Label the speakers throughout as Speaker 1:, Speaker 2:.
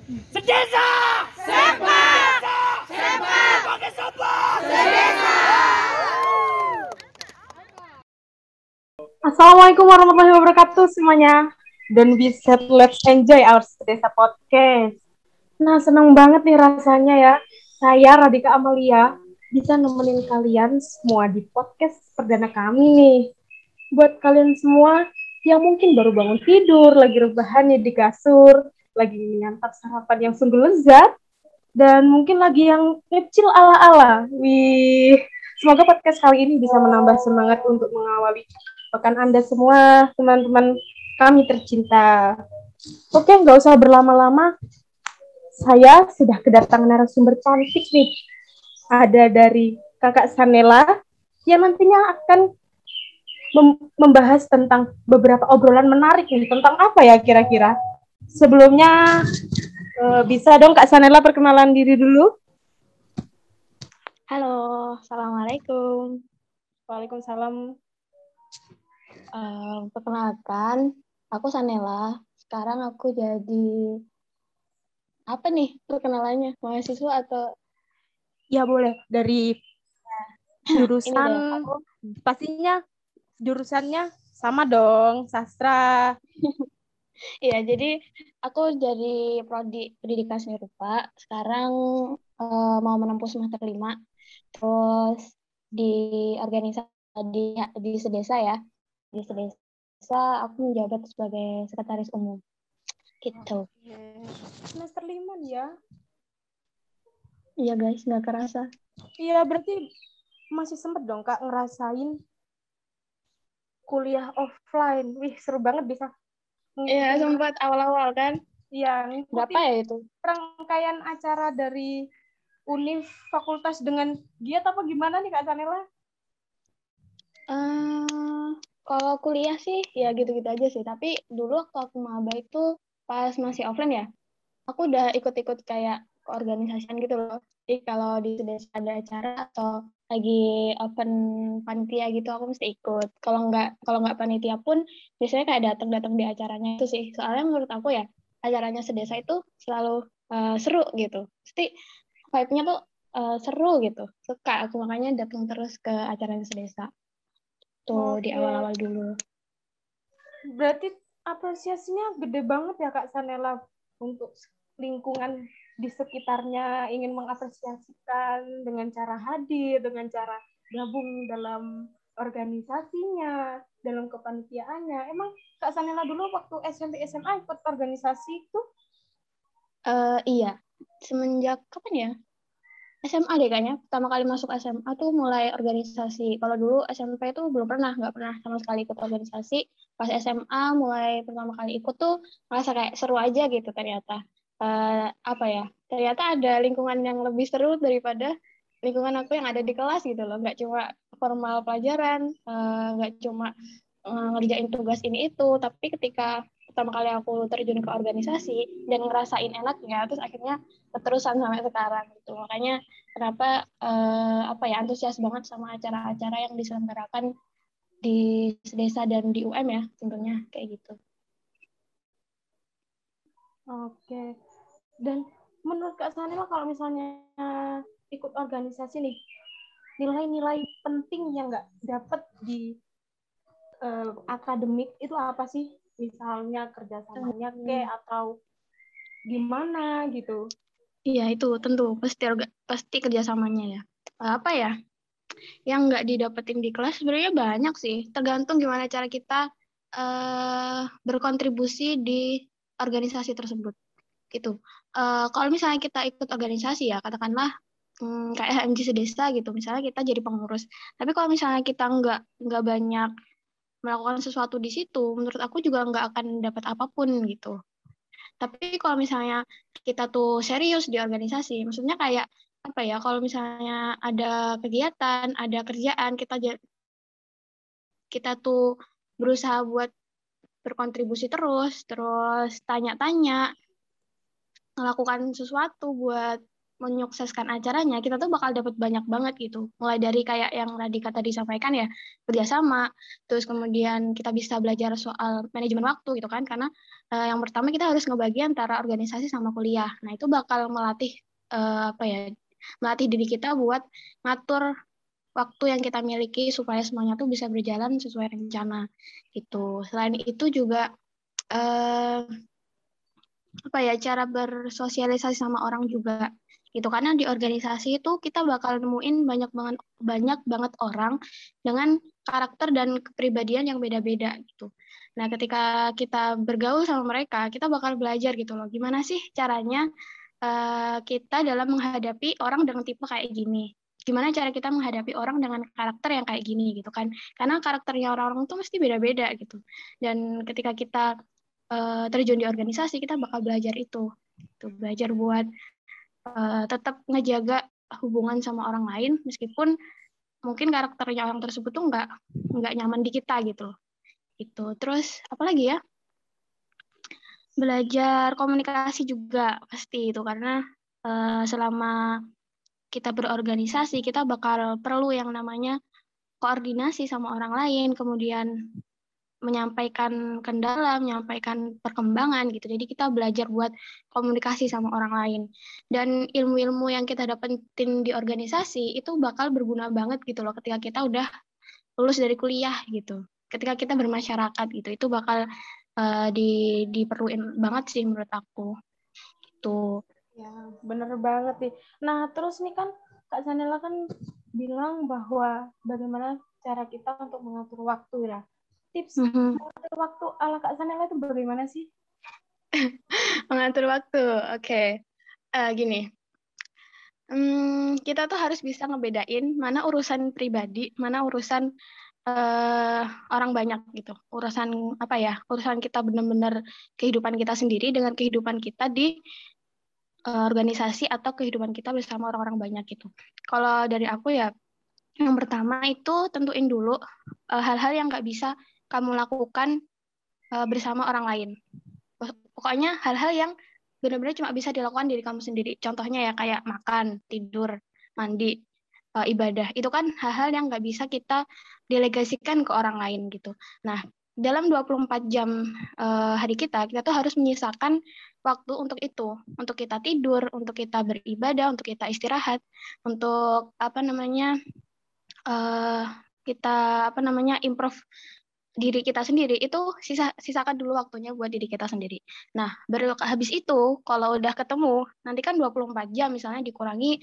Speaker 1: Sedesa! Sepa! Sepa! Pakai sopa! Sedesa!
Speaker 2: Assalamualaikum warahmatullahi wabarakatuh semuanya. Dan we said let's enjoy our Sedesa Podcast. Nah, senang banget nih rasanya ya. Saya Radika Amalia bisa nemenin kalian semua di podcast perdana kami nih. Buat kalian semua yang mungkin baru bangun tidur, lagi rebahan nih di kasur, lagi menyantap sarapan yang sungguh lezat, dan mungkin lagi yang kecil ala-ala. Semoga podcast kali ini bisa menambah semangat untuk mengawali pekan Anda semua, teman-teman kami tercinta. Oke, nggak usah berlama-lama. Saya sudah kedatangan narasumber cantik nih. Ada dari Kakak Sanela yang nantinya akan membahas tentang beberapa obrolan menarik nih. Tentang apa ya kira-kira? Sebelumnya bisa dong Kak Sanela perkenalan diri dulu.
Speaker 3: Halo, Assalamualaikum.
Speaker 2: Waalaikumsalam.
Speaker 3: Perkenalkan, aku Sanela. Sekarang aku jadi apa nih perkenalannya? Mahasiswa atau?
Speaker 2: Ya boleh, dari
Speaker 3: Ini
Speaker 2: jurusan,
Speaker 3: deh, aku.
Speaker 2: pastinya jurusannya sama dong, sastra.
Speaker 3: Iya, jadi aku jadi prodi pendidikan seni rupa. Sekarang mau menempuh semester 5. Terus di organisasi di Sedesa ya. Di Sedesa aku menjabat sebagai sekretaris umum. Gitu.
Speaker 2: Semester 5 ya?
Speaker 3: Iya guys, nggak kerasa.
Speaker 2: Iya, berarti masih sempet dong Kak ngerasain kuliah offline. Wih, seru banget bisa
Speaker 3: Iya, sempat awal-awal kan.
Speaker 2: Iya,
Speaker 3: Berapa ya itu?
Speaker 2: rangkaian acara dari univ fakultas dengan giat apa gimana nih Kak Sanela?
Speaker 3: Kalau kuliah sih ya gitu-gitu aja sih. Tapi dulu waktu aku maba itu pas masih offline ya, aku udah ikut-ikut kayak keorganisasian gitu loh. Jadi kalau di desa ada acara atau lagi open panitia gitu, aku mesti ikut. Kalau nggak panitia pun biasanya kayak datang-datang di acaranya itu sih. Soalnya menurut aku ya acaranya sedesa itu selalu seru gitu. Pasti vibe-nya tuh seru gitu. Suka aku makanya datang terus ke acaranya sedesa. Tuh di awal-awal dulu.
Speaker 2: Berarti apresiasinya gede banget ya Kak Sanela untuk lingkungan di sekitarnya ingin mengapresiasikan dengan cara hadir, dengan cara gabung dalam organisasinya, dalam kepanitiaannya. Emang Kak Sanela dulu waktu SMP SMA ikut organisasi itu?
Speaker 3: Iya, semenjak kapan ya? SMA deh kayaknya. Pertama kali masuk SMA tuh mulai organisasi. Kalau dulu SMP tuh belum pernah, nggak pernah sama sekali ikut organisasi. Pas SMA mulai pertama kali ikut tuh merasa kayak seru aja gitu ternyata. Apa ya? Ternyata ada lingkungan yang lebih seru daripada lingkungan aku yang ada di kelas gitu loh. Nggak cuma formal pelajaran, nggak cuma ngerjain tugas ini itu, tapi ketika pertama kali aku terjun ke organisasi dan ngerasain enaknya, terus akhirnya keterusan sampai sekarang gitu. Makanya kenapa apa ya antusias banget sama acara-acara yang diselenggarakan di desa dan di UM ya tentunya kayak gitu.
Speaker 2: Oke. Dan menurut Kak Sanela kalau misalnya ikut organisasi nih, nilai-nilai penting yang nggak dapat di akademik itu apa sih? Misalnya kerjasamanya atau gimana gitu?
Speaker 3: Iya itu tentu pasti kerjasamanya ya. Apa ya? Yang nggak didapetin di kelas sebenarnya banyak sih. Tergantung gimana cara kita berkontribusi di organisasi tersebut. Gitu. Kalau misalnya kita ikut organisasi ya, katakanlah kayak HMJ Sedesa gitu, misalnya kita jadi pengurus. Tapi kalau misalnya kita nggak banyak melakukan sesuatu di situ, menurut aku juga nggak akan dapat apapun gitu. Tapi kalau misalnya kita tuh serius di organisasi, maksudnya kayak apa ya? Kalau misalnya ada kegiatan, ada kerjaan, kita tuh berusaha buat berkontribusi terus tanya-tanya, melakukan sesuatu buat menyukseskan acaranya, kita tuh bakal dapat banyak banget gitu. Mulai dari kayak yang Radika tadi sampaikan ya, kerjasama, terus kemudian kita bisa belajar soal manajemen waktu gitu kan, karena yang pertama kita harus ngebagi antara organisasi sama kuliah. Nah itu bakal melatih melatih diri kita buat ngatur waktu yang kita miliki supaya semuanya tuh bisa berjalan sesuai rencana gitu. Selain itu juga eh, cara bersosialisasi sama orang juga gitu, karena di organisasi itu kita bakal nemuin banyak banget orang dengan karakter dan kepribadian yang beda-beda gitu. Nah, ketika kita bergaul sama mereka, kita bakal belajar gitu loh, gimana sih caranya kita dalam menghadapi orang dengan tipe kayak gini. Gimana cara kita menghadapi orang dengan karakter yang kayak gini gitu kan. Karena karakternya orang-orang itu mesti beda-beda gitu. Dan ketika kita terjun di organisasi, kita bakal belajar itu. Belajar buat tetap ngejaga hubungan sama orang lain meskipun mungkin karakternya orang tersebut tuh nggak nyaman di kita gitu. Itu. Terus apa lagi ya? Belajar komunikasi juga pasti itu, karena selama kita berorganisasi kita bakal perlu yang namanya koordinasi sama orang lain, kemudian menyampaikan kendala, menyampaikan perkembangan gitu. Jadi kita belajar buat komunikasi sama orang lain. Dan ilmu-ilmu yang kita dapetin di organisasi itu bakal berguna banget gitu loh ketika kita udah lulus dari kuliah gitu. Ketika kita bermasyarakat gitu, itu bakal diperluin banget sih menurut aku. Tuh.
Speaker 2: Ya, bener banget nih. Nah, terus nih kan Kak Sanela kan bilang bahwa bagaimana cara kita untuk mengatur waktu ya. Tips mengatur waktu ala Kak Sanela itu bagaimana sih?
Speaker 3: Mengatur waktu, oke. Gini, kita tuh harus bisa ngebedain mana urusan pribadi, mana urusan orang banyak gitu. Urusan apa ya? Urusan kita benar-benar kehidupan kita sendiri dengan kehidupan kita di organisasi atau kehidupan kita bersama orang-orang banyak gitu. Kalau dari aku ya, yang pertama itu tentuin dulu hal-hal yang nggak bisa kamu lakukan bersama orang lain. Pokoknya hal-hal yang benar-benar cuma bisa dilakukan diri kamu sendiri. Contohnya ya kayak makan, tidur, mandi, ibadah. Itu kan hal-hal yang nggak bisa kita delegasikan ke orang lain gitu. Nah, dalam 24 jam hari kita tuh harus menyisakan waktu untuk itu. Untuk kita tidur, untuk kita beribadah, untuk kita istirahat, untuk improve diri kita sendiri. Itu sisakan dulu waktunya buat diri kita sendiri. Nah, baru habis itu kalau udah ketemu, nanti kan 24 jam misalnya dikurangi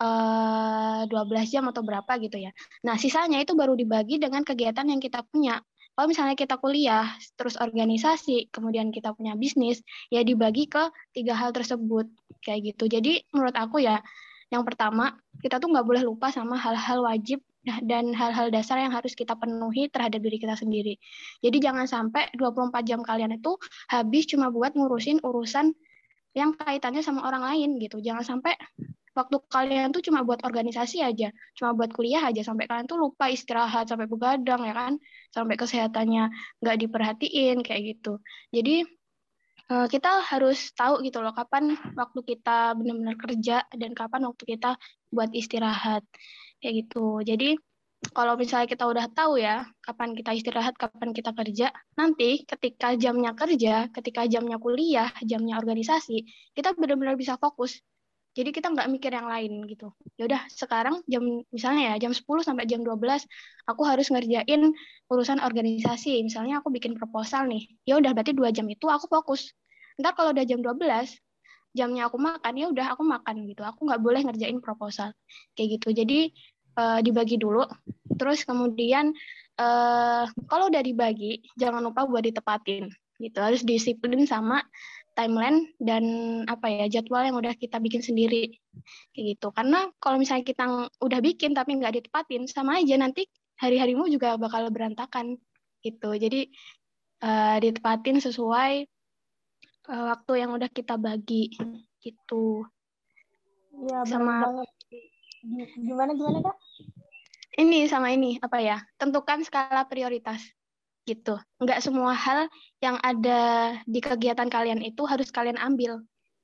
Speaker 3: 12 jam atau berapa gitu ya. Nah, sisanya itu baru dibagi dengan kegiatan yang kita punya. Kalau misalnya kita kuliah, terus organisasi, kemudian kita punya bisnis, ya dibagi ke 3 hal tersebut. Kayak gitu. Jadi menurut aku ya, yang pertama, kita tuh nggak boleh lupa sama hal-hal wajib dan hal-hal dasar yang harus kita penuhi terhadap diri kita sendiri. Jadi jangan sampai 24 jam kalian itu habis cuma buat ngurusin urusan yang kaitannya sama orang lain gitu. Jangan sampai waktu kalian tuh cuma buat organisasi aja, cuma buat kuliah aja, sampai kalian tuh lupa istirahat, sampai begadang ya kan, sampai kesehatannya nggak diperhatiin kayak gitu. Jadi kita harus tahu gitu loh kapan waktu kita benar-benar kerja dan kapan waktu kita buat istirahat kayak gitu. Jadi kalau misalnya kita udah tahu ya kapan kita istirahat, kapan kita kerja, nanti ketika jamnya kerja, ketika jamnya kuliah, jamnya organisasi, kita benar-benar bisa fokus. Jadi kita nggak mikir yang lain gitu. Ya udah sekarang misalnya ya jam 10 sampai jam 12 aku harus ngerjain urusan organisasi. Misalnya aku bikin proposal nih. Ya udah berarti 2 jam itu aku fokus. Ntar kalau udah jam 12 jamnya aku makan, ya udah aku makan gitu. Aku nggak boleh ngerjain proposal. Kayak gitu. Jadi dibagi dulu. Terus kemudian kalau udah dibagi, jangan lupa buat ditepatin. Gitu. Harus disiplin sama timeline dan jadwal yang udah kita bikin sendiri kayak gitu. Karena kalau misalnya kita udah bikin tapi nggak ditepatin, sama aja nanti hari-harimu juga bakal berantakan gitu. Jadi ditepatin sesuai waktu yang udah kita bagi gitu.
Speaker 2: Iya, benar
Speaker 3: Sama
Speaker 2: banget. Gimana Kak?
Speaker 3: ini tentukan skala prioritas gitu. Nggak semua hal yang ada di kegiatan kalian itu harus kalian ambil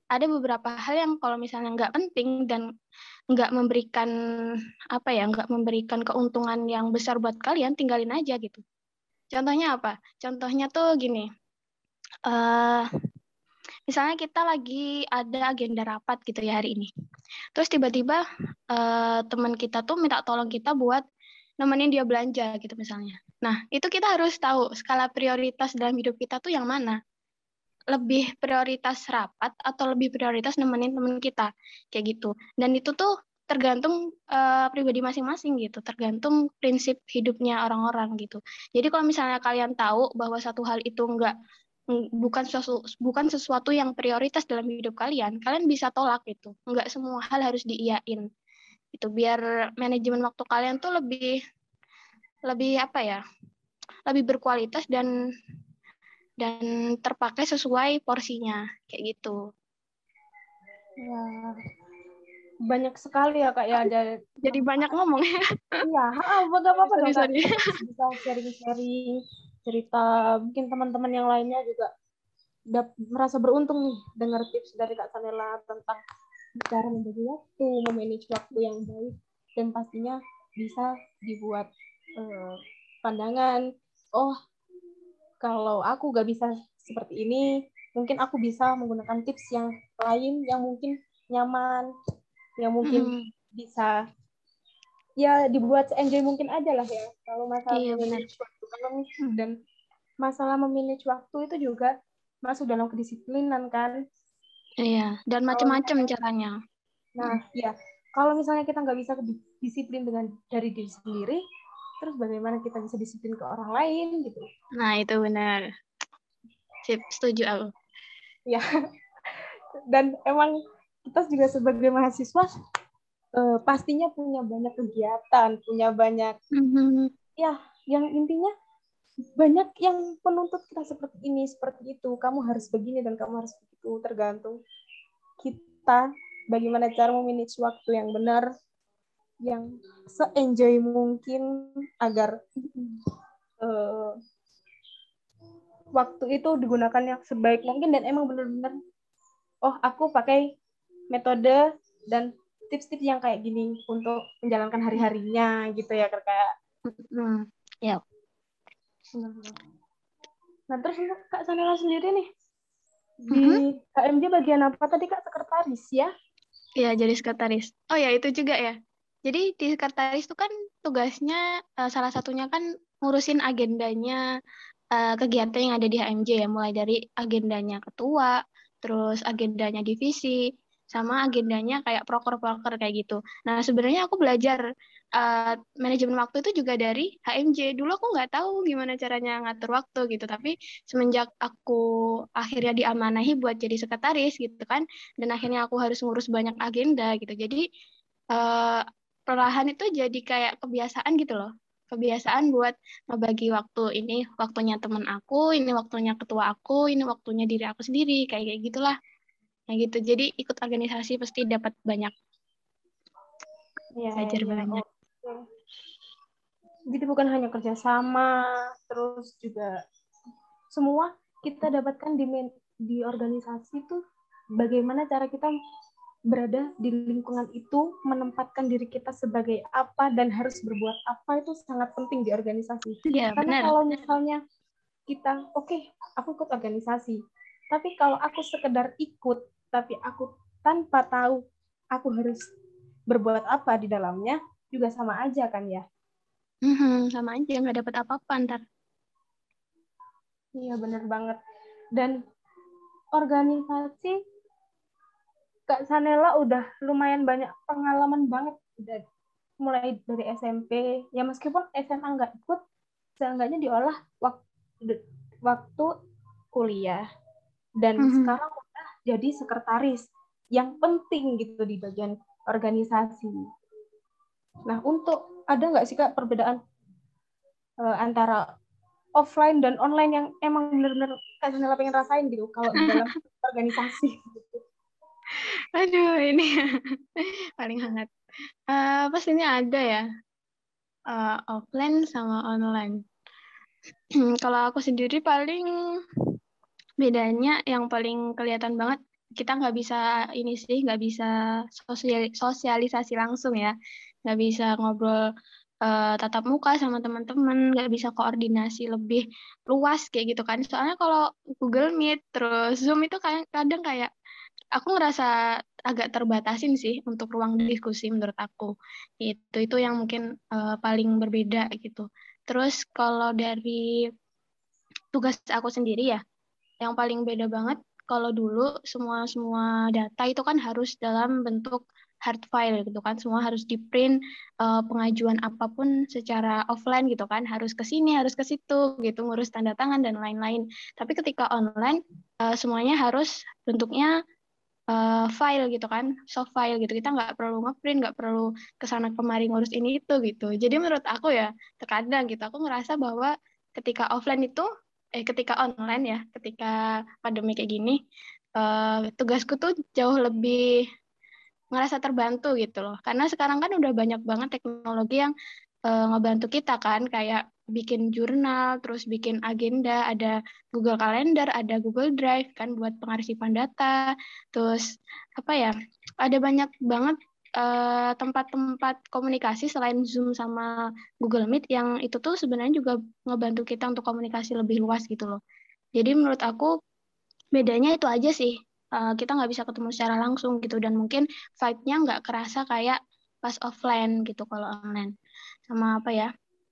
Speaker 3: ada beberapa hal yang kalau misalnya nggak penting dan nggak memberikan nggak memberikan keuntungan yang besar buat kalian, tinggalin aja gitu. Contohnya apa? Contohnya tuh gini, misalnya kita lagi ada agenda rapat gitu ya hari ini. Terus tiba-tiba teman kita tuh minta tolong kita buat nemenin dia belanja gitu misalnya. Nah, itu kita harus tahu skala prioritas dalam hidup kita tuh yang mana. Lebih prioritas rapat atau lebih prioritas nemenin teman kita. Kayak gitu. Dan itu tuh tergantung pribadi masing-masing gitu. Tergantung prinsip hidupnya orang-orang gitu. Jadi kalau misalnya kalian tahu bahwa satu hal itu bukan sesuatu yang prioritas dalam hidup kalian, kalian bisa tolak gitu. Nggak semua hal harus diiyain. Itu biar manajemen waktu kalian tuh lebih lebih lebih berkualitas dan terpakai sesuai porsinya kayak gitu.
Speaker 2: Ya, banyak sekali ya Kak ya.
Speaker 3: Jadi banyak ngomong ya.
Speaker 2: Iya, gak apa-apa dong Kak.
Speaker 3: Sorry.
Speaker 2: Kita bisa sharing-sharing cerita. Mungkin teman-teman yang lainnya juga merasa beruntung nih dengar tips dari Kak Sanela tentang cara membagi waktu, memanage waktu yang baik, dan pastinya bisa dibuat pandangan. Oh, kalau aku gak bisa seperti ini, mungkin aku bisa menggunakan tips yang lain yang mungkin nyaman, yang mungkin bisa ya dibuat enjoy mungkin aja lah ya. Kalau masalah memanage waktu, dan masalah memanage waktu itu juga masuk dalam kedisiplinan kan.
Speaker 3: Iya, dan macam-macam caranya.
Speaker 2: Nah, ya kalau misalnya kita nggak bisa disiplin dari diri sendiri, terus bagaimana kita bisa disiplin ke orang lain gitu.
Speaker 3: Nah, itu benar. Sip, setuju aku.
Speaker 2: Ya, dan emang kita juga sebagai mahasiswa pastinya punya banyak kegiatan, punya banyak ya yang intinya banyak yang penuntut kita seperti ini, seperti itu. Kamu harus begini dan kamu harus begitu. Tergantung kita bagaimana cara memanage waktu yang benar, yang se-enjoy mungkin agar waktu itu digunakan yang sebaik mungkin dan emang benar-benar aku pakai metode dan tips-tips yang kayak gini untuk menjalankan hari-harinya gitu ya Kak.
Speaker 3: Ya.
Speaker 2: Nah terus untuk Kak Sanela sendiri nih di KMJ bagian apa tadi Kak? Sekretaris ya?
Speaker 3: Iya, jadi sekretaris. Oh ya, itu juga ya. Jadi di sekretaris itu kan tugasnya salah satunya kan ngurusin agendanya kegiatan yang ada di HMJ ya, mulai dari agendanya ketua, terus agendanya divisi, sama agendanya kayak proker-proker kayak gitu. Nah, sebenarnya aku belajar manajemen waktu itu juga dari HMJ. Dulu aku nggak tahu gimana caranya ngatur waktu gitu, tapi semenjak aku akhirnya diamanahi buat jadi sekretaris gitu kan, dan akhirnya aku harus ngurus banyak agenda gitu. Jadi perlahan itu jadi kayak kebiasaan gitu loh. Kebiasaan buat ngebagi waktu, ini waktunya teman aku, ini waktunya ketua aku, ini waktunya diri aku sendiri, kayak gitulah. Nah gitu. Jadi ikut organisasi pasti dapat banyak. Belajar banyak.
Speaker 2: Okay. Jadi bukan hanya kerjasama, terus juga semua kita dapatkan di organisasi tuh bagaimana cara kita berada di lingkungan itu, menempatkan diri kita sebagai apa dan harus berbuat apa itu sangat penting di organisasi.
Speaker 3: Ya,
Speaker 2: karena
Speaker 3: benar.
Speaker 2: Kalau misalnya kita aku ikut organisasi, tapi kalau aku sekedar ikut tapi aku tanpa tahu aku harus berbuat apa di dalamnya, juga sama aja kan ya.
Speaker 3: Sama aja, nggak dapat apa-apa ntar.
Speaker 2: Iya benar banget. Dan organisasi Kak Sanela udah lumayan banyak pengalaman banget, udah mulai dari SMP ya, meskipun SMA nggak ikut, seenggaknya diolah waktu kuliah, dan sekarang udah jadi sekretaris yang penting gitu di bagian organisasi. Nah, ada nggak sih Kak perbedaan antara offline dan online yang emang benar-benar Kak Sanela pengen rasain gitu kalau di dalam organisasi gitu?
Speaker 3: Aduh, ini paling hangat. Pastinya ada ya, offline sama online. Kalau aku sendiri paling bedanya yang paling kelihatan banget kita nggak bisa ini sih, nggak bisa sosialisasi langsung ya, nggak bisa ngobrol tatap muka sama teman-teman, nggak bisa koordinasi lebih luas kayak gitu kan. Soalnya kalau Google Meet terus Zoom itu kadang kayak aku ngerasa agak terbatasin sih untuk ruang diskusi menurut aku. Itu yang mungkin paling berbeda gitu. Terus kalau dari tugas aku sendiri ya, yang paling beda banget kalau dulu semua data itu kan harus dalam bentuk hard file gitu kan, semua harus di print, pengajuan apapun secara offline gitu kan, harus ke sini harus ke situ gitu, ngurus tanda tangan dan lain-lain. Tapi ketika online semuanya harus bentuknya file gitu kan, soft file gitu, kita nggak perlu ngeprint, nggak perlu kesana kemari ngurus ini itu gitu. Jadi menurut aku ya terkadang gitu aku ngerasa bahwa ketika offline itu ketika online ya, ketika pandemi kayak gini, tugasku tuh jauh lebih ngerasa terbantu gitu loh. Karena sekarang kan udah banyak banget teknologi yang ngebantu kita kan, kayak bikin jurnal, terus bikin agenda, ada Google Calendar, ada Google Drive kan buat pengarsipan data. Terus apa ya? Ada banyak banget tempat-tempat komunikasi selain Zoom sama Google Meet yang itu tuh sebenarnya juga ngebantu kita untuk komunikasi lebih luas gitu loh. Jadi menurut aku bedanya itu aja sih. Kita nggak bisa ketemu secara langsung gitu dan mungkin vibe-nya nggak kerasa kayak pas offline gitu kalau online. Sama apa ya?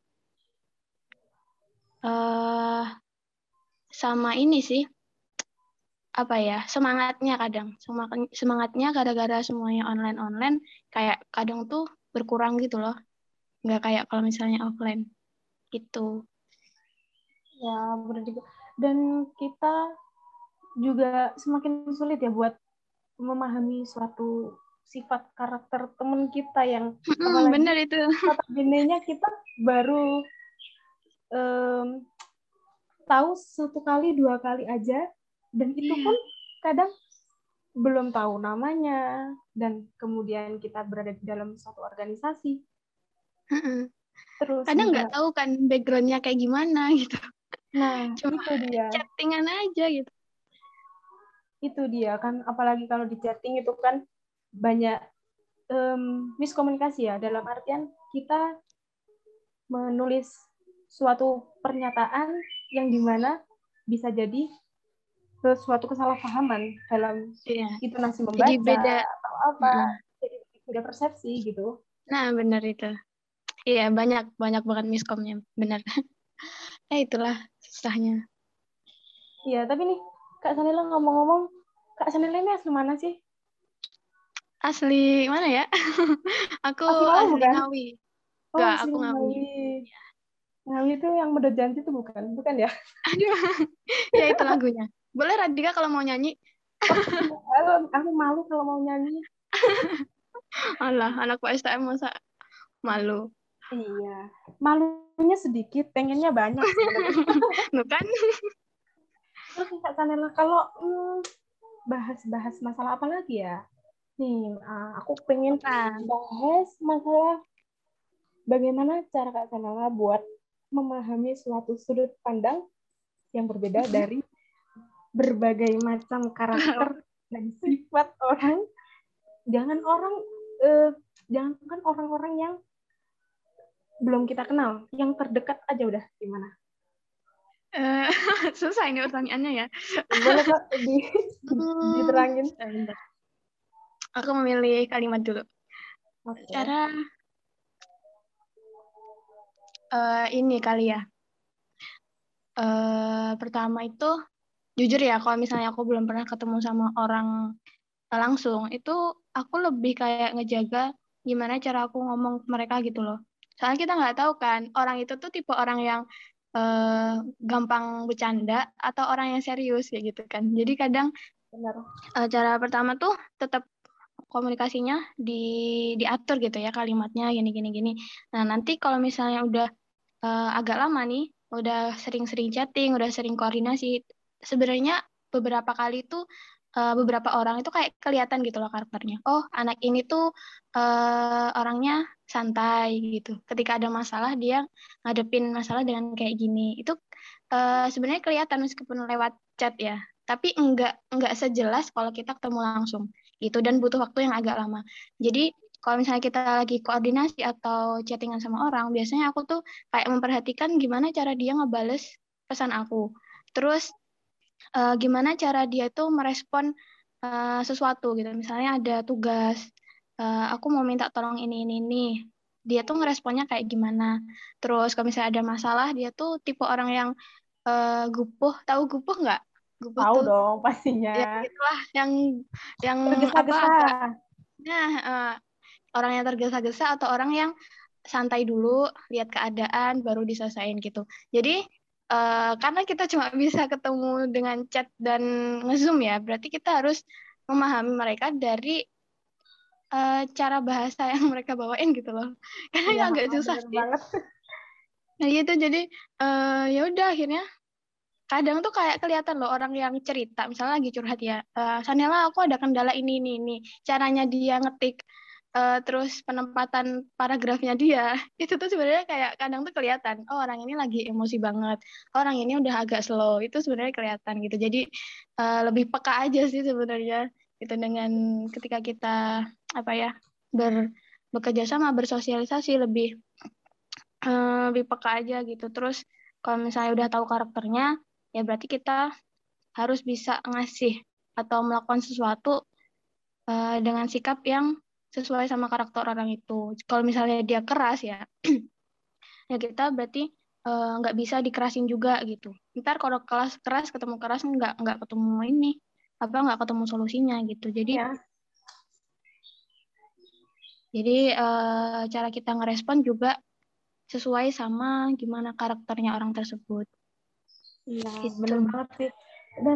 Speaker 3: eh Sama ini sih apa ya? Semangatnya kadang. Semangatnya gara-gara semuanya online-online kayak kadang tuh berkurang gitu loh. Nggak kayak kalau misalnya offline gitu.
Speaker 2: Ya, benar juga. Dan kita juga semakin sulit ya buat memahami suatu sifat karakter teman kita yang
Speaker 3: Bener
Speaker 2: apalagi
Speaker 3: itu.
Speaker 2: notabene-nya kita baru em, tahu satu kali dua kali aja dan itu
Speaker 3: Iya.
Speaker 2: pun kadang belum tahu namanya dan kemudian kita berada di dalam suatu organisasi terus
Speaker 3: Kadang
Speaker 2: juga
Speaker 3: nggak tahu kan backgroundnya kayak gimana gitu. Cuma
Speaker 2: itu dia
Speaker 3: chattingan aja gitu.
Speaker 2: kan apalagi kalau di chatting itu kan banyak miskomunikasi ya dalam artian kita menulis suatu pernyataan yang dimana bisa jadi suatu kesalahpahaman dalam
Speaker 3: Iya.
Speaker 2: intonasi
Speaker 3: Jadi
Speaker 2: membaca
Speaker 3: beda.
Speaker 2: atau apa jadi beda persepsi gitu.
Speaker 3: Nah, benar itu. Iya, banyak banyak banget miskomnya, benar. Itulah susahnya.
Speaker 2: Iya, tapi nih Kak Sanila ngomong-ngomong, Kak Sanila ini asli mana sih?
Speaker 3: Asli mana ya? Aku
Speaker 2: Asli Malang
Speaker 3: asli
Speaker 2: bukan?
Speaker 3: Ngawi.
Speaker 2: Oh,
Speaker 3: Enggak,
Speaker 2: asli
Speaker 3: aku Ngawi.
Speaker 2: Ngawi. Ngawi itu yang Medojanti itu bukan? Bukan ya?
Speaker 3: Aduh, ya itu lagunya. Boleh Radika kalau mau nyanyi?
Speaker 2: Aku malu kalau mau nyanyi.
Speaker 3: Alah, anak STM masa malu.
Speaker 2: Iya, malunya sedikit, pengennya banyak sebenarnya.
Speaker 3: Bukan?
Speaker 2: Terus nih, Kak Sanila, kalau bahas-bahas masalah apa lagi ya? Nih, aku pengen
Speaker 3: Apa?
Speaker 2: bahas masalah bagaimana cara Kak Sanila buat memahami suatu sudut pandang yang berbeda dari berbagai macam karakter dan sifat orang. Jangan orang, eh, jangan orang-orang yang belum kita kenal, yang terdekat aja udah gimana?
Speaker 3: Eh, susah ini pertanyaannya ya.
Speaker 2: Boleh Kak
Speaker 3: Hmm,
Speaker 2: diterangin?
Speaker 3: bentar. Aku memilih kalimat dulu.
Speaker 2: Oke.
Speaker 3: Cara ini kali ya. Pertama itu jujur ya, kalau misalnya aku belum pernah ketemu sama orang langsung, itu aku lebih kayak ngejaga gimana cara aku ngomong ke mereka gitu loh. Soalnya kita nggak tahu kan, orang itu tuh tipe orang yang gampang bercanda atau orang yang serius kayak gitu kan. Jadi kadang
Speaker 2: Benar.
Speaker 3: cara pertama tuh tetap komunikasinya diatur gitu ya, kalimatnya gini gini gini. Nah, nanti kalau misalnya udah agak lama nih, udah sering-sering chatting, udah sering koordinasi. Sebenarnya beberapa kali tuh beberapa orang itu kayak kelihatan gitu loh karakternya. Oh, anak ini tuh orangnya santai gitu. Ketika ada masalah dia ngadepin masalah dengan kayak gini. Itu sebenarnya kelihatan meskipun lewat chat ya. tapi enggak sejelas kalau kita ketemu langsung gitu, dan butuh waktu yang agak lama. Jadi kalau misalnya kita lagi koordinasi atau chattingan sama orang, biasanya aku tuh kayak memperhatikan gimana cara dia ngebales pesan aku. Terus gimana cara dia tuh merespon sesuatu gitu. Misalnya ada tugas, aku mau minta tolong ini. Dia tuh ngeresponnya kayak gimana. Terus kalau misalnya ada masalah, dia tuh tipe orang yang gupuh. Tahu gupuh nggak? Gupuh
Speaker 2: Tahu
Speaker 3: tuh
Speaker 2: dong pastinya.
Speaker 3: ya gitulah, yang apa
Speaker 2: Tergesa-gesa.
Speaker 3: agak, nah orang yang tergesa-gesa atau orang yang santai dulu, lihat keadaan baru diselesain gitu. Jadi karena kita cuma bisa ketemu dengan chat dan nge-zoom ya, berarti kita harus memahami mereka dari cara bahasa yang mereka bawain gitu loh. Karena
Speaker 2: Iya,
Speaker 3: yang agak susah
Speaker 2: bener
Speaker 3: sih.
Speaker 2: banget.
Speaker 3: Nah gitu, jadi ya udah akhirnya kadang tuh kayak kelihatan loh orang yang cerita, misalnya lagi curhat ya, Sanela aku ada kendala ini. Caranya dia ngetik, terus penempatan paragrafnya dia, itu tuh sebenarnya kayak kadang tuh kelihatan, oh orang ini lagi emosi banget, orang ini udah agak slow, itu sebenarnya kelihatan gitu. Jadi lebih peka aja sih sebenarnya gitu dengan ketika kita apa ya bekerja sama, bersosialisasi lebih peka aja gitu. Terus kalau misalnya udah tahu karakternya, ya berarti kita harus bisa ngasih atau melakukan sesuatu dengan sikap yang sesuai sama karakter orang itu. Kalau misalnya dia keras ya, ya kita berarti nggak bisa dikerasin juga gitu. Ntar kalau kelas keras ketemu keras nggak ketemu ini apa nggak ketemu solusinya gitu. Jadi
Speaker 2: Ya,
Speaker 3: cara kita ngerespon juga sesuai sama gimana karakternya orang tersebut.
Speaker 2: iya,
Speaker 3: Gitu.
Speaker 2: bener banget sih. Dan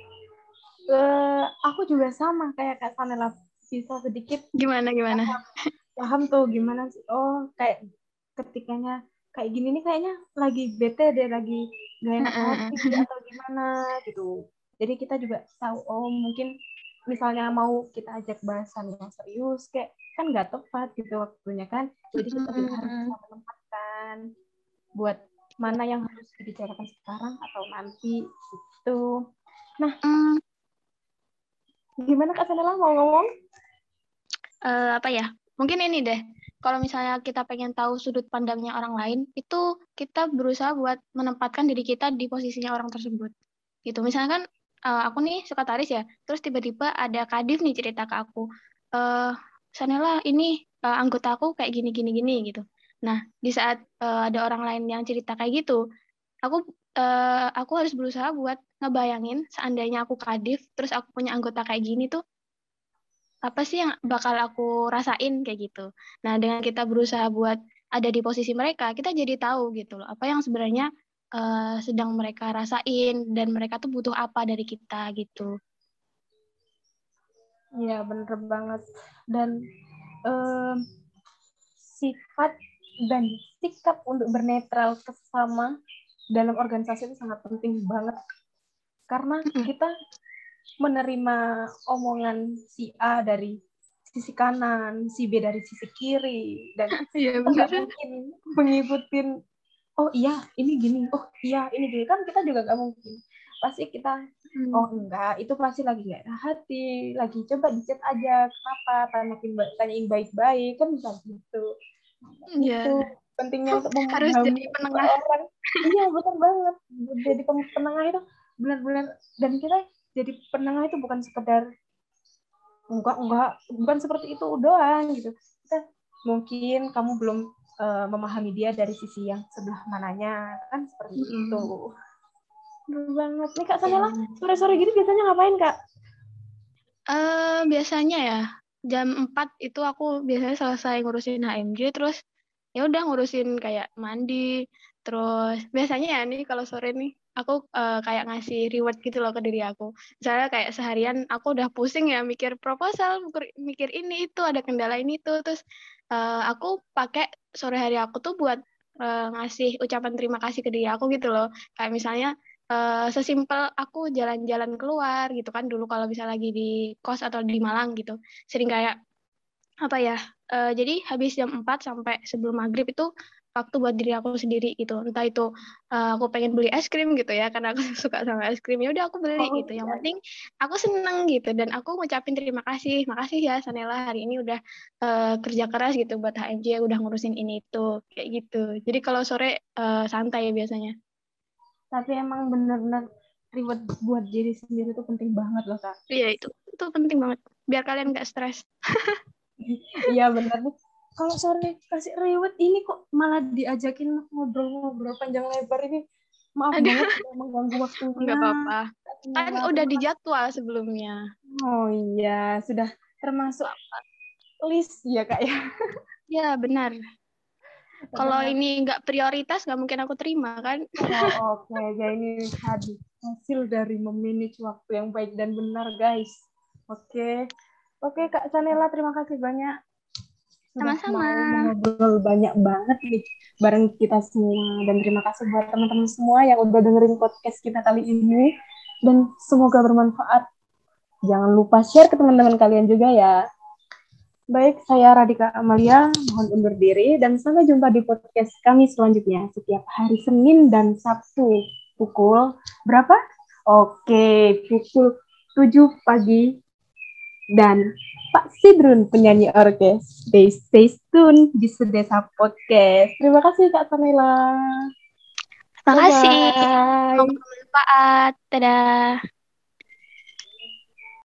Speaker 2: aku juga sama kayak Kak Sanela, bisa sedikit
Speaker 3: Gimana?
Speaker 2: paham tuh gimana sih. Oh, kayak ketikanya kayak gini nih kayaknya lagi bete deh, lagi gak enak hati atau gimana gitu. Jadi kita juga tahu, oh mungkin misalnya mau kita ajak bahasan yang serius, kayak kan nggak tepat gitu waktunya kan. Jadi kita juga harus bisa menempatkan buat mana yang harus dibicarakan sekarang atau nanti gitu. Nah,
Speaker 3: Hmm,
Speaker 2: gimana Kak Sanela mau ngomong?
Speaker 3: apa ya? Mungkin ini deh. Kalau misalnya kita pengen tahu sudut pandangnya orang lain, itu kita berusaha buat menempatkan diri kita di posisinya orang tersebut. Gitu. Misalnya kan aku nih sekretaris ya, terus tiba-tiba ada kadif nih cerita ke aku, eh Sanela ini anggota aku kayak gini gitu. Nah, di saat ada orang lain yang cerita kayak gitu, aku aku harus berusaha buat ngebayangin seandainya aku kadif, terus aku punya anggota kayak gini tuh apa sih yang bakal aku rasain kayak gitu. Nah, dengan kita berusaha buat ada di posisi mereka, kita jadi tahu gitu loh, apa yang sebenarnya sedang mereka rasain dan mereka tuh butuh apa dari kita gitu.
Speaker 2: Iya, bener banget. Dan em, sifat dan sikap untuk bernetral ke sesama dalam organisasi itu sangat penting banget. Karena kita menerima omongan si A dari sisi kanan, si B dari sisi kiri, dan
Speaker 3: Iya
Speaker 2: kita
Speaker 3: bener.
Speaker 2: nggak mungkin mengikuti, oh iya ini gini, oh iya ini gini, kan kita juga nggak mungkin. Pasti kita, oh enggak, itu pasti lagi nggak enak hati, lagi coba di chat aja, kenapa, tanyain baik-baik, kan bisa gitu. Itu
Speaker 3: Iya,
Speaker 2: pentingnya untuk
Speaker 3: harus jadi
Speaker 2: memahami
Speaker 3: penengah.
Speaker 2: seseorang. Iya, benar banget. Jadi penengah itu benar-benar, dan kita jadi penengah itu bukan sekedar enggak bukan seperti itu doang gitu. Kita mungkin kamu belum memahami dia dari sisi yang sebelah mananya, kan seperti itu. Benar banget. Nih Kak
Speaker 3: Iya
Speaker 2: Sanela,
Speaker 3: bener.
Speaker 2: sore-sore gini biasanya ngapain Kak?
Speaker 3: Biasanya ya jam 4 itu aku biasanya selesai ngurusin HMJ, terus ya udah ngurusin kayak mandi, terus biasanya ya nih kalau sore nih aku kayak ngasih reward gitu loh ke diri aku. Misalnya kayak seharian aku udah pusing ya mikir proposal, mikir ini itu ada kendala ini tuh, terus aku pakai sore hari aku tuh buat ngasih ucapan terima kasih ke diri aku gitu loh. Kayak misalnya sesimpel aku jalan-jalan keluar gitu kan, dulu kalau bisa lagi di kos atau di Malang gitu sering kayak apa ya, jadi habis jam 4 sampai sebelum maghrib itu waktu buat diri aku sendiri gitu. Entah itu aku pengen beli es krim gitu ya, karena aku suka sama es krim. Ya udah aku beli gitu. Yang penting aku seneng gitu dan aku ngucapin terima kasih. Makasih ya Sanela hari ini udah kerja keras gitu buat HMJ, udah ngurusin ini itu kayak gitu. Jadi kalau sore santai ya biasanya.
Speaker 2: Tapi emang bener-bener reward buat diri sendiri itu penting banget loh, Kak.
Speaker 3: Iya itu penting banget biar kalian nggak stres.
Speaker 2: Iya bener nih. Kalau sore kasih reward ini kok malah diajakin ngobrol-ngobrol panjang lebar ini. Maaf
Speaker 3: Aduh,
Speaker 2: banget sudah mengganggu waktunya.
Speaker 3: nggak apa-apa. Kan
Speaker 2: Nela,
Speaker 3: udah
Speaker 2: terima kasih.
Speaker 3: dijadwal sebelumnya.
Speaker 2: Oh iya, sudah termasuk list ya Kak ya.
Speaker 3: Ya benar. Kalau
Speaker 2: Ternyata.
Speaker 3: ini nggak prioritas nggak mungkin aku terima kan.
Speaker 2: Oh oke, ya ini hasil dari memanage waktu yang baik dan benar guys. Oke, oke Kak Sanela, terima kasih banyak sudah
Speaker 3: Sama-sama.
Speaker 2: mau mengobrol banyak banget nih bareng kita semua, dan terima kasih buat teman-teman semua yang udah dengerin podcast kita kali ini, dan semoga bermanfaat. Jangan lupa share ke teman-teman kalian juga ya. Baik, saya Radika Amalia, mohon undur diri dan sampai jumpa di podcast kami selanjutnya setiap hari Senin dan Sabtu pukul berapa? Oke, pukul 7 pagi, dan Pak Sidrun penyanyi orkes. Stay tune di Sedesa Podcast. Terima kasih Kak Samela.
Speaker 3: Terima kasih.
Speaker 2: Bye-bye.
Speaker 3: Semoga bermanfaat. Dadah.